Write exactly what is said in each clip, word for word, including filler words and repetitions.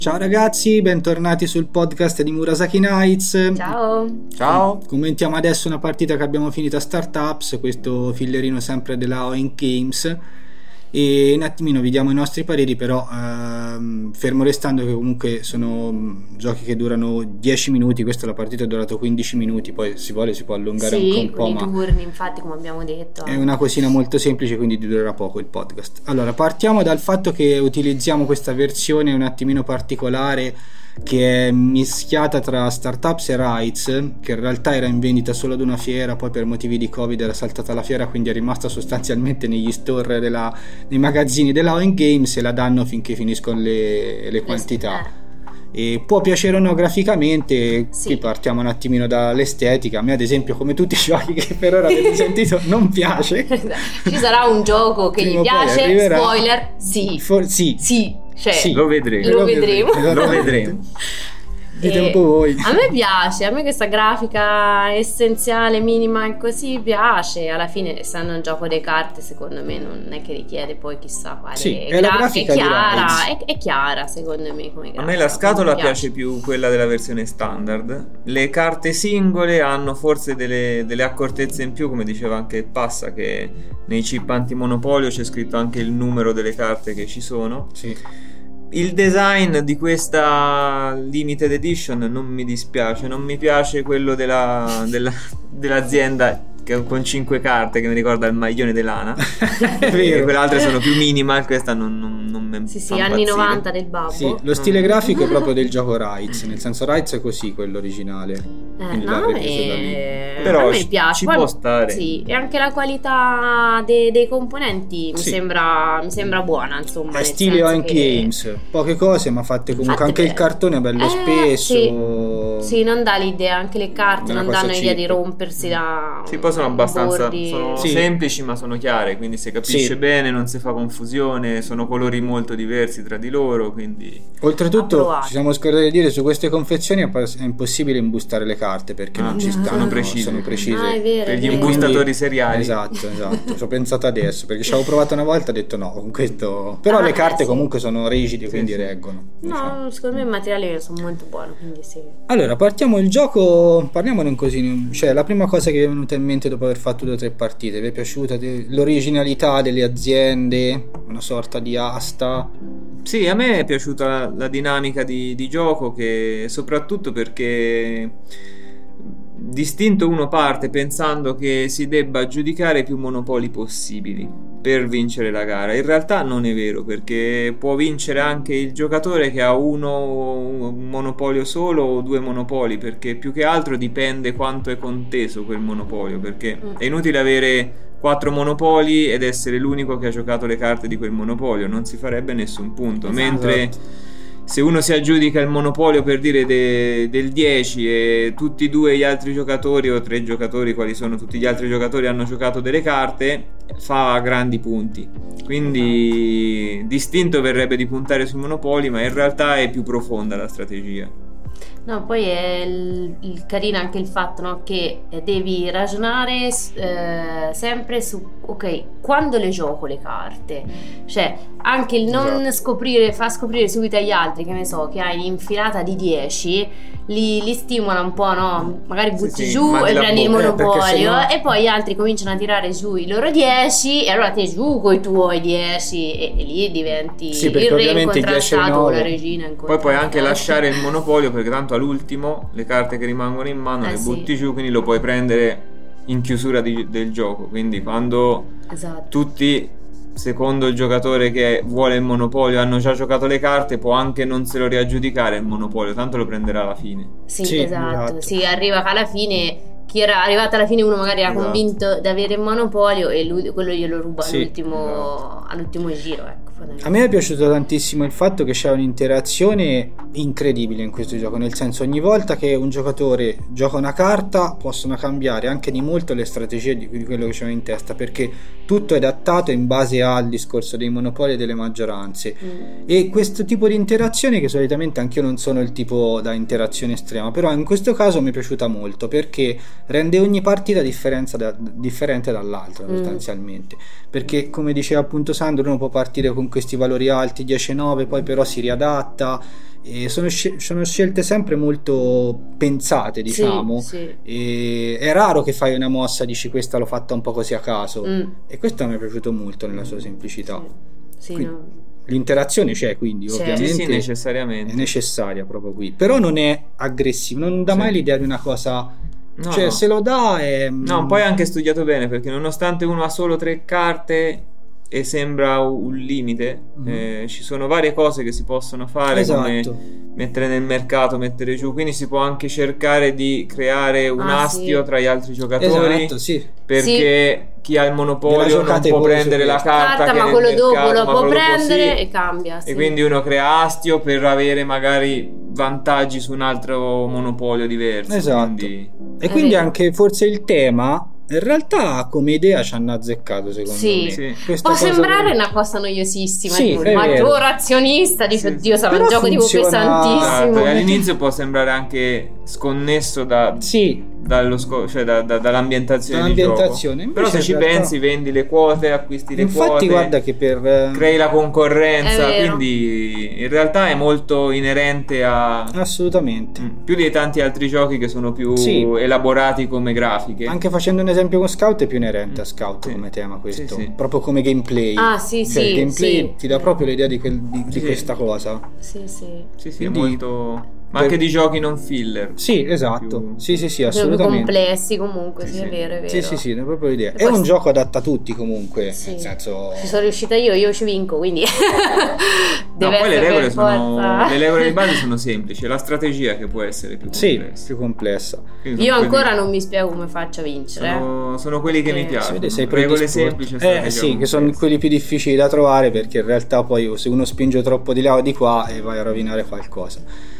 Ciao ragazzi, bentornati sul podcast di Murasaki Nights. Ciao. Ciao. Commentiamo adesso una partita che abbiamo finito a Startups, questo fillerino sempre della Oink Games, e un attimino vi diamo i nostri pareri, però ehm, fermo restando che comunque sono mh, giochi che durano dieci minuti. Questa la partita è durata quindici minuti, poi si vuole si può allungare sì, anche un po', con i ma turni, infatti, come abbiamo detto, è una cosina molto semplice, quindi durerà poco il podcast. Allora, partiamo dal fatto che utilizziamo questa versione un attimino particolare che è mischiata tra Startups e Rights, che in realtà era in vendita solo ad una fiera, poi per motivi di Covid era saltata la fiera, quindi è rimasta sostanzialmente negli store della, nei magazzini della Oink Games, e la danno finché finiscono le, le quantità. E può piacere o no graficamente, sì. Qui partiamo un attimino dall'estetica. A me ad esempio, come tutti i giochi che per ora avete sentito, non piace. Ci sarà un gioco che Prima gli piace, arriverà. spoiler, sì. For- sì. Sì, cioè, Sì. Lo vedremo. Lo vedremo. Lo vedremo. Dite un po' voi. A me piace, a me questa grafica essenziale, minima e così piace. Alla fine, essendo un gioco di carte, secondo me non è che richiede poi chissà quale Sì, è la grafica è di chiara, Rights. è, è chiara secondo me come grafica. A me la scatola mi piace più quella della versione standard. Le carte singole hanno forse delle, delle accortezze in più, come diceva anche Passa, che nei chip antimonopolio c'è scritto anche il numero delle carte che ci sono. Sì. Il design di questa limited edition non mi dispiace, non mi piace quello della, della, dell'azienda che con cinque carte, che mi ricorda il maglione di lana. È vero. Quelle altre sono più minimal, questa non, non, non mi Sì, sì, fa anni impazzire. novanta del babbo. Sì, lo stile grafico è proprio del gioco Rights, nel senso Rights è così, quello originale. Eh, Quindi no, l'ha ripreso da lì. e... Però a me ci- piace. ci Poi- può stare. Sì, e anche la qualità de- dei componenti mi, Sì. sembra, mi sembra buona, insomma. È nel stile senso Oink che- Games, poche cose ma fatte comunque, Fatte anche il bene. cartone è bello Eh, spesso. Sì, non dà l'idea, anche le carte È una non cosa danno l'idea cheap. di rompersi da Sì, poi sono abbastanza bordi. sono Sì. semplici ma sono chiare, quindi si capisce Sì. bene, non si fa confusione, sono colori molto diversi tra di loro, quindi Oltretutto Approvati. ci siamo scordati di dire, su queste confezioni è pas- è impossibile imbustare le carte perché Ah, non ci no. stanno, Sono precise. sono precise. Ah, è vero, per è gli vero. imbustatori Quindi- seriali. Esatto, esatto. Ci ho pensato adesso perché ci avevo provato una volta, ho detto no, con questo. Però Ah, le carte sì. comunque sono rigide, Sì, quindi sì. reggono. diciamo. No, secondo me i materiali sono molto buoni, quindi sì. Allora, partiamo il gioco, parliamone un così, cioè la prima cosa che vi è venuta in mente dopo aver fatto due o tre partite, vi è piaciuta de- l'originalità delle aziende, una sorta di asta? Sì, a me è piaciuta la, la dinamica di, di gioco, che soprattutto perché distinto uno parte pensando che si debba giudicare più monopoli possibili per vincere la gara. In realtà non è vero, perché può vincere anche il giocatore che ha uno un monopolio solo o due monopoli, perché più che altro dipende quanto è conteso quel monopolio, perché è inutile avere quattro monopoli ed essere l'unico che ha giocato le carte di quel monopolio, non si farebbe nessun punto. Esatto. Mentre se uno si aggiudica il monopolio, per dire de- del dieci, e tutti e due gli altri giocatori o tre giocatori, quali sono tutti gli altri giocatori, hanno giocato delle carte, fa grandi punti. Quindi distinto verrebbe di puntare sui monopoli, ma in realtà è più profonda la strategia. No, poi è il, il carino anche il fatto, no, che devi ragionare eh, sempre su, ok, quando le gioco le carte, cioè anche il non Esatto. scoprire, fa scoprire subito agli altri, che ne so, che hai un'infilata di dieci, li, li stimola un po', no? Magari butti Sì, sì, giù mandi e la prendi il bocca, perché monopolio, sennò- e poi gli altri cominciano a tirare giù i loro dieci, e allora te giù con i tuoi dieci, e, e lì diventi Sì, perché il re ovviamente il dieci e il incontrastato o la nove. regina Poi incontrastata. puoi anche lasciare il monopolio, perché tanto all'ultimo le carte che rimangono in mano Eh, le sì. butti giù, quindi lo puoi prendere in chiusura di- del gioco. Quindi quando Esatto. tutti, secondo il giocatore che vuole il monopolio, hanno già giocato le carte, può anche non se lo riaggiudicare il monopolio, tanto lo prenderà alla fine. Sì, Sì, esatto. esatto. Sì, arriva che alla fine chi era arrivato alla fine, uno magari era Esatto. convinto di avere il monopolio e lui, quello glielo ruba Sì, all'ultimo, esatto. all'ultimo giro, ecco. A me è piaciuto tantissimo il fatto che c'è un'interazione incredibile in questo gioco, nel senso ogni volta che un giocatore gioca una carta possono cambiare anche di molto le strategie di di quello che c'è in testa, perché tutto è adattato in base al discorso dei monopoli e delle maggioranze. Mm. E questo tipo di interazione, che solitamente anch'io non sono il tipo da interazione estrema, però in questo caso mi è piaciuta molto perché rende ogni partita differenza da, differente dall'altra sostanzialmente, mm. perché come diceva appunto Sandro, uno può partire con questi valori alti dieci nove, poi però si riadatta e sono, sci- sono scelte sempre molto pensate, diciamo. Sì, sì. E è raro che fai una mossa, dici questa l'ho fatta un po' così a caso, Mm. e questo mi è piaciuto molto nella sua semplicità. Sì, Quindi, no. l'interazione c'è, quindi C'è. ovviamente Sì, sì, necessariamente. è necessaria proprio qui, però non è aggressivo, non dà Sì. mai l'idea di una cosa, No, cioè no. se lo dà è... No, poi è anche studiato bene, perché nonostante uno ha solo tre carte e sembra un limite, Mhm. eh, ci sono varie cose che si possono fare, come Esatto. mettere nel mercato, mettere giù, quindi si può anche cercare di creare un Ah, astio sì. tra gli altri giocatori, Esatto, sì. perché chi ha il Della monopolio non giocate può voi prendere su la questo. carta, Carta, che ma nel quello dopo mercato, lo ma può quello dopo prendere sì. e cambia. Sì. E quindi uno crea astio per avere magari vantaggi su un altro monopolio diverso. Esatto. Quindi... E È quindi vero. anche forse il tema, in realtà come idea ci hanno azzeccato, secondo Sì. me. Sì. Questa Può cosa sembrare del- una cosa noiosissima, Sì, tipo, è ma vero. tu razionista dici Sì, oddio sì. sarà un Però gioco tipo funziona- pesantissimo. Esatto, e all'inizio può sembrare anche sconnesso da, Sì, dallo sco- cioè da- da- dall'ambientazione di Dall'ambientazione. gioco. Però Invece se in ci realtà- pensi, vendi le quote, acquisti le infatti quote, guarda che per... eh, crei la concorrenza, È vero. quindi in realtà è molto inerente a Assolutamente. Mm, più di tanti altri giochi che sono più Sì. elaborati come grafiche. Anche facendo un esempio con Scout è più inerente a Scout Sì. come tema questo, Sì, sì. proprio come gameplay. Ah, sì, Cioè, sì, il gameplay sì. ti dà proprio l'idea di, quel- di- di Sì. questa cosa. Sì, sì. Sì, sì, Quindi- è molto... Ma per- anche di giochi non filler. Sì, esatto. Più- Sì, sì, sì, Sono più assolutamente. complessi comunque, sì, Sì, è sì. vero, è vero. Sì, sì, sì, è proprio l'idea. E È poi un s- gioco adatto a tutti comunque, Sì. nel senso... Ci sono riuscita io, io ci vinco, quindi No, deve poi le essere regole, per sono, forza. le regole di base sono semplici, è la strategia che può essere più Sì, complessa. più complessa. Quindi Io sono quelli- ancora non mi spiego come faccio a vincere. eh. sono, sono quelli che mi Sì. Si piacciono. vede, sei regole predisposto. semplici e Eh strategia sì, che sono complessa. quelli più difficili da trovare, perché in realtà poi se uno spinge troppo di là o di qua e vai a rovinare qualcosa.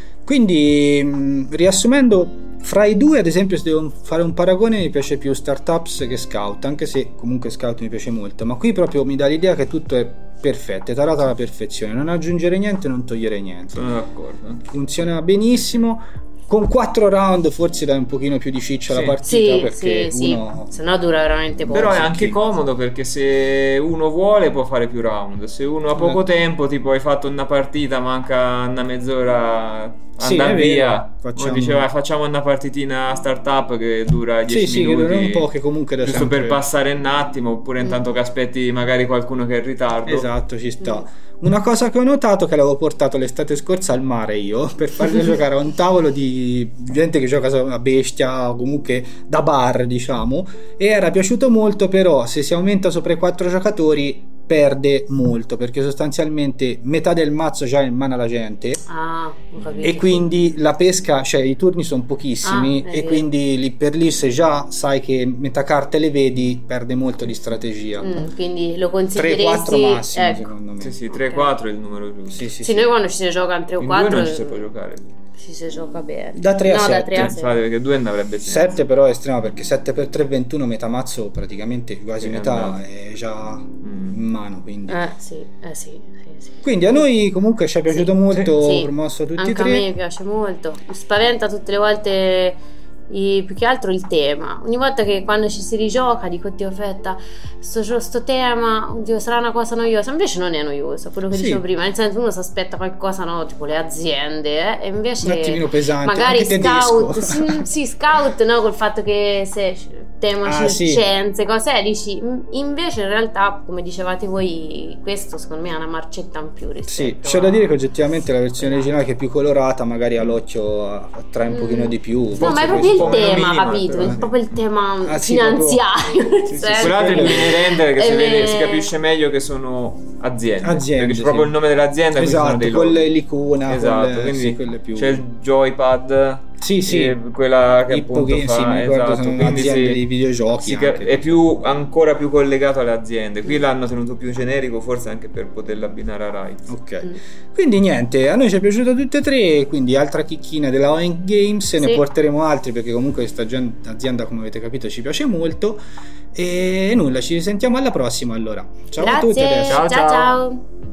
Quindi mh, riassumendo, fra i due ad esempio se devo fare un paragone mi piace più Startups che Scout, anche se comunque Scout mi piace molto, ma qui proprio mi dà l'idea che tutto è perfetto, è tarato alla perfezione, non aggiungere niente, non togliere niente, Sono d'accordo. funziona benissimo. Con quattro round forse dai un pochino più di ciccia alla Sì. partita, Sì, perché sì, uno... sì. Se no dura veramente poco. Però è sì, anche sì. comodo, perché se uno vuole può fare più round. Se uno ha poco Eh. tempo, tipo hai fatto una partita, manca una mezz'ora, Sì, andare è vero. via. Facciamo- Uno diceva facciamo una partitina startup che dura dieci Sì, sì, che minuti. dura un po', che comunque da giusto sempre- per passare un attimo, oppure intanto che aspetti magari qualcuno che è in ritardo. Esatto, ci sta. Una cosa che ho notato, che l'avevo portato l'estate scorsa al mare io, per farlo giocare a un tavolo di gente che gioca a bestia o comunque da bar, diciamo, e era piaciuto molto. Però se si aumenta sopra i quattro giocatori perde molto, perché sostanzialmente metà del mazzo già è in mano alla gente. Ah, ho capito. E quindi la pesca, cioè i turni sono pochissimi, Ah, è e vero. quindi lì per lì se già sai che metà carte le vedi perde molto di strategia. Mm, quindi lo tre considereresti quattro massimo ecco. secondo me. Sì, sì, tre quattro è il numero giusto. Sì, sì, Sì, sì. noi quando ci si gioca in tre o In quattro due non ci si può giocare. ci si gioca bene. Da tre a no, da sette. tre a Infatti, sette. perché due non avrebbe senso. sette però è estremo, perché sette per tre ventuno, metà mazzo praticamente quasi Sì, metà andato. è già Mm. in mano, quindi. Eh sì, eh sì, sì, sì. Quindi a noi comunque ci è piaciuto Sì. molto, Sì. promosso a tutti Anche e a tre. me piace molto. Mi spaventa tutte le volte i- più che altro il tema. Ogni volta che quando ci si rigioca dico oddio aspetta, sto, gio- sto tema, oddio sarà una cosa noiosa. Invece non è noiosa, quello che Sì. dicevo prima, nel senso uno si aspetta qualcosa, no, tipo le aziende, eh, e invece Un attimino pesante, magari anche tedesco. scout, sì, sì, scout, no, col fatto che se tema Ah, sì. scienze, cose, dici, "Mm, invece in realtà come dicevate voi questo secondo me è una marcetta in più rispetto Sì, c'è da a- dire che oggettivamente la versione originale, che è più colorata, magari all'occhio attrae un Mm. pochino di più. No, ma è Forse proprio il un po' meno tema, minima, capito? però, È sì. proprio il tema Ah, sì, finanziario. nel Sì, sì, senso. quell'altro è il mini render che si, Eh, vede, si capisce meglio che sono aziende, Aziende, perché c'è sì. proprio il nome dell'azienda, quindi sono Esatto, dei con logo. l'icona, Esatto, con le- quindi sì, quelle più... c'è il joypad, Sì, sì. e quella che Hippo appunto Game, fa, sì, mi ricordo, esatto, sono quindi un'azienda sì, di videogiochi si ca- anche. è più ancora più collegato alle aziende. Qui l'hanno tenuto più generico, forse anche per poterlo abbinare a Rise. Ok. Mm. Quindi niente, a noi ci è piaciuto tutte e tre, quindi altra chicchina della Oink Games, ne Sì. porteremo altri perché comunque questa gen- azienda, come avete capito, ci piace molto. E nulla, ci sentiamo alla prossima allora. Ciao a Grazie, tutti adesso. Ciao, ciao. ciao. ciao.